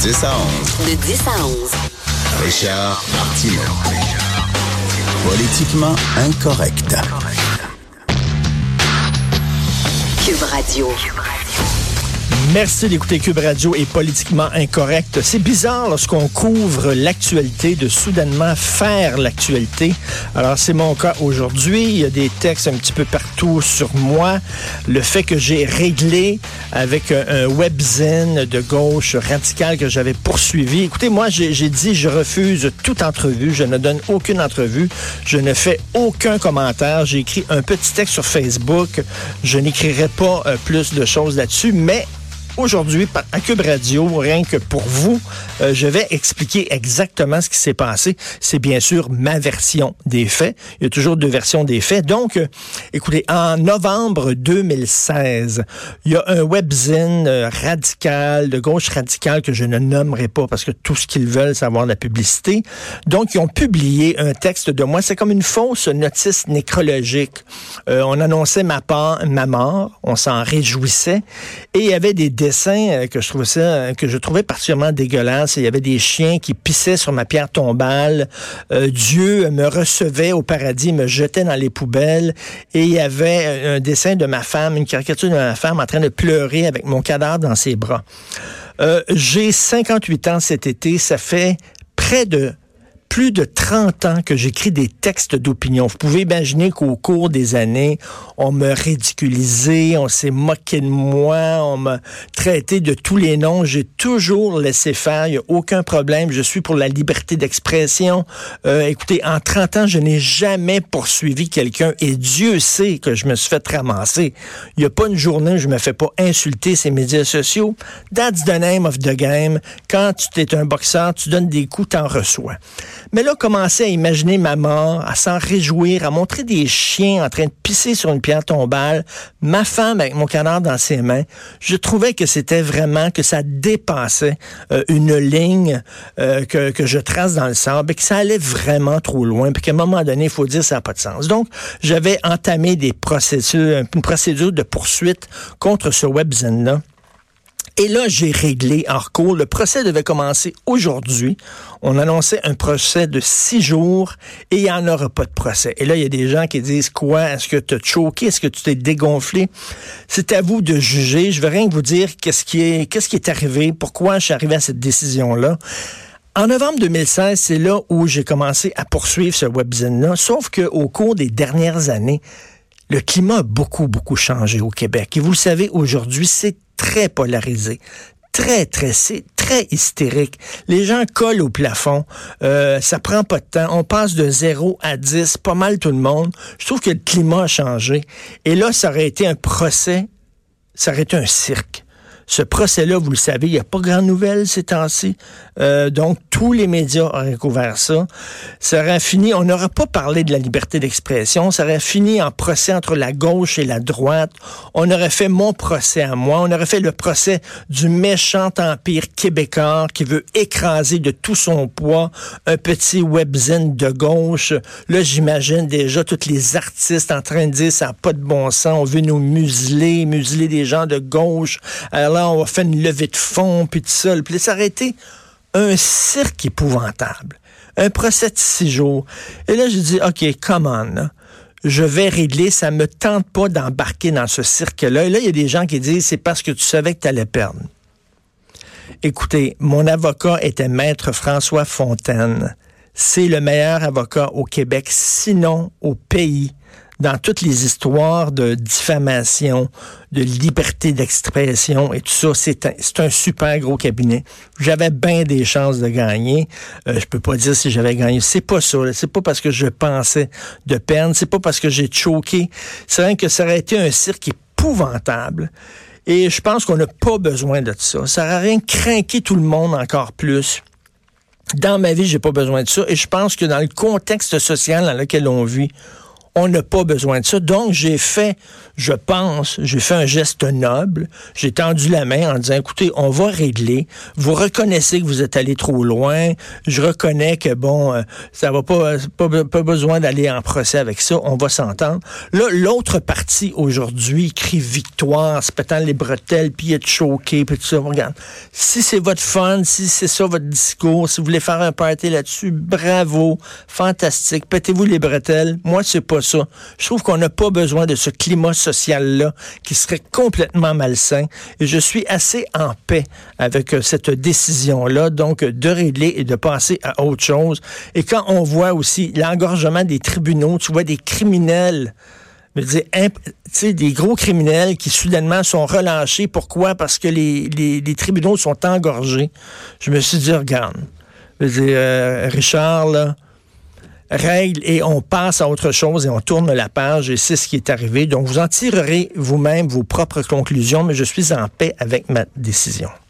10 à 11. De 10 à 11. Richard Martineau. Politiquement incorrect. Cube Radio. Merci d'écouter Cube Radio et Politiquement Incorrect. C'est bizarre lorsqu'on couvre l'actualité de soudainement faire l'actualité. Alors, c'est mon cas aujourd'hui. Il y a des textes un petit peu partout sur moi. Le fait que j'ai réglé avec un webzine de gauche radicale que j'avais poursuivi. Écoutez, moi, j'ai dit, je refuse toute entrevue. Je ne donne aucune entrevue. Je ne fais aucun commentaire. J'ai écrit un petit texte sur Facebook. Je n'écrirai pas plus de choses là-dessus, mais aujourd'hui, à Cube Radio, rien que pour vous, je vais expliquer exactement ce qui s'est passé. C'est bien sûr ma version des faits. Il y a toujours deux versions des faits. Donc, écoutez, en novembre 2016, il y a un webzine radical, de gauche radicale, que je ne nommerai pas parce que tout ce qu'ils veulent, c'est avoir de la publicité. Donc, ils ont publié un texte de moi. C'est comme une fausse notice nécrologique. On annonçait ma mort. On s'en réjouissait. Et il y avait des dessins que je trouvais particulièrement dégueulasses. Il y avait des chiens qui pissaient sur ma pierre tombale. Dieu me recevait au paradis, me jetait dans les poubelles. Et il y avait un dessin de ma femme, une caricature de ma femme en train de pleurer avec mon cadavre dans ses bras. J'ai 58 ans cet été. Ça fait plus de 30 ans que j'écris des textes d'opinion. Vous pouvez imaginer qu'au cours des années, on m'a ridiculisé, on s'est moqué de moi, on m'a traité de tous les noms. J'ai toujours laissé faire, il n'y a aucun problème. Je suis pour la liberté d'expression. Écoutez, en 30 ans, je n'ai jamais poursuivi quelqu'un et Dieu sait que je me suis fait ramasser. Il n'y a pas une journée où je me fais pas insulter ces médias sociaux. That's the name of the game. Quand tu es un boxeur, tu donnes des coups, t'en reçois. Mais là, commencer à imaginer ma mort, à s'en réjouir, à montrer des chiens en train de pisser sur une pierre tombale, ma femme avec mon canard dans ses mains, je trouvais que c'était vraiment, que ça dépassait une ligne que je trace dans le sable et que ça allait vraiment trop loin, puis qu'à un moment donné, il faut dire ça n'a pas de sens. Donc, j'avais entamé une procédure de poursuite contre ce webzine-là. Et là, j'ai réglé en recours. Le procès devait commencer aujourd'hui. On annonçait un procès de 6 jours et il n'y en aura pas de procès. Et là, il y a des gens qui disent quoi? Est-ce que tu as choqué? Est-ce que tu t'es dégonflé? C'est à vous de juger. Je vais rien que vous dire qu'est-ce qui est arrivé, pourquoi je suis arrivé à cette décision-là. En novembre 2016, c'est là où j'ai commencé à poursuivre ce webzine-là. Sauf qu'au cours des dernières années, le climat a beaucoup, beaucoup changé au Québec. Et vous le savez, aujourd'hui, c'est très polarisé. C'est très hystérique. Les gens collent au plafond. Ça prend pas de temps. On passe de 0 à 10, pas mal tout le monde. Je trouve que le climat a changé. Et là, ça aurait été un procès, ça aurait été un cirque. Ce procès-là, vous le savez, il n'y a pas grande nouvelle ces temps-ci. Donc, tous les médias auraient couvert ça. Ça aurait fini, on n'aurait pas parlé de la liberté d'expression. Ça aurait fini en procès entre la gauche et la droite. On aurait fait mon procès à moi. On aurait fait le procès du méchant empire québécois qui veut écraser de tout son poids un petit webzine de gauche. Là, j'imagine déjà tous les artistes en train de dire ça n'a pas de bon sens. On veut nous museler des gens de gauche. Alors là, on va faire une levée de fonds, puis tout ça. Puis ça aurait été un cirque épouvantable. Un procès de 6 jours. Et là, j'ai dit, OK, come on, là. Je vais régler, ça me tente pas d'embarquer dans ce cirque-là. Et là, il y a des gens qui disent, c'est parce que tu savais que tu allais perdre. Écoutez, mon avocat était Maître François Fontaine. C'est le meilleur avocat au Québec, sinon au pays. Dans toutes les histoires de diffamation, de liberté d'expression et tout ça, c'est un super gros cabinet. J'avais bien des chances de gagner. Je peux pas dire si j'avais gagné. C'est pas ça. Là. C'est pas parce que je pensais de perdre. C'est pas parce que j'ai choqué. C'est vrai que ça aurait été un cirque épouvantable. Et je pense qu'on n'a pas besoin de ça. Ça n'aurait rien craqué tout le monde encore plus. Dans ma vie, j'ai pas besoin de ça. Et je pense que dans le contexte social dans lequel on vit, On n'a pas besoin de ça. Donc, j'ai fait un geste noble. J'ai tendu la main en disant, écoutez, on va régler. Vous reconnaissez que vous êtes allé trop loin. Je reconnais que, ça va pas besoin d'aller en procès avec ça. On va s'entendre. Là, l'autre partie, aujourd'hui, crie victoire, se pétant les bretelles, puis être choqué, puis tout ça. Regarde, si c'est votre fun, si c'est ça votre discours, si vous voulez faire un party là-dessus, bravo, fantastique, pétez-vous les bretelles. Moi, c'est pas ça. Je trouve qu'on n'a pas besoin de ce climat social-là qui serait complètement malsain. Et je suis assez en paix avec cette décision-là, donc de régler et de passer à autre chose. Et quand on voit aussi l'engorgement des tribunaux, tu vois des criminels, des gros criminels qui soudainement sont relâchés. Pourquoi? Parce que les tribunaux sont engorgés. Je me suis dit, regarde, Richard, là, règle et on passe à autre chose et on tourne la page et c'est ce qui est arrivé. Donc, vous en tirerez vous-même vos propres conclusions, mais je suis en paix avec ma décision.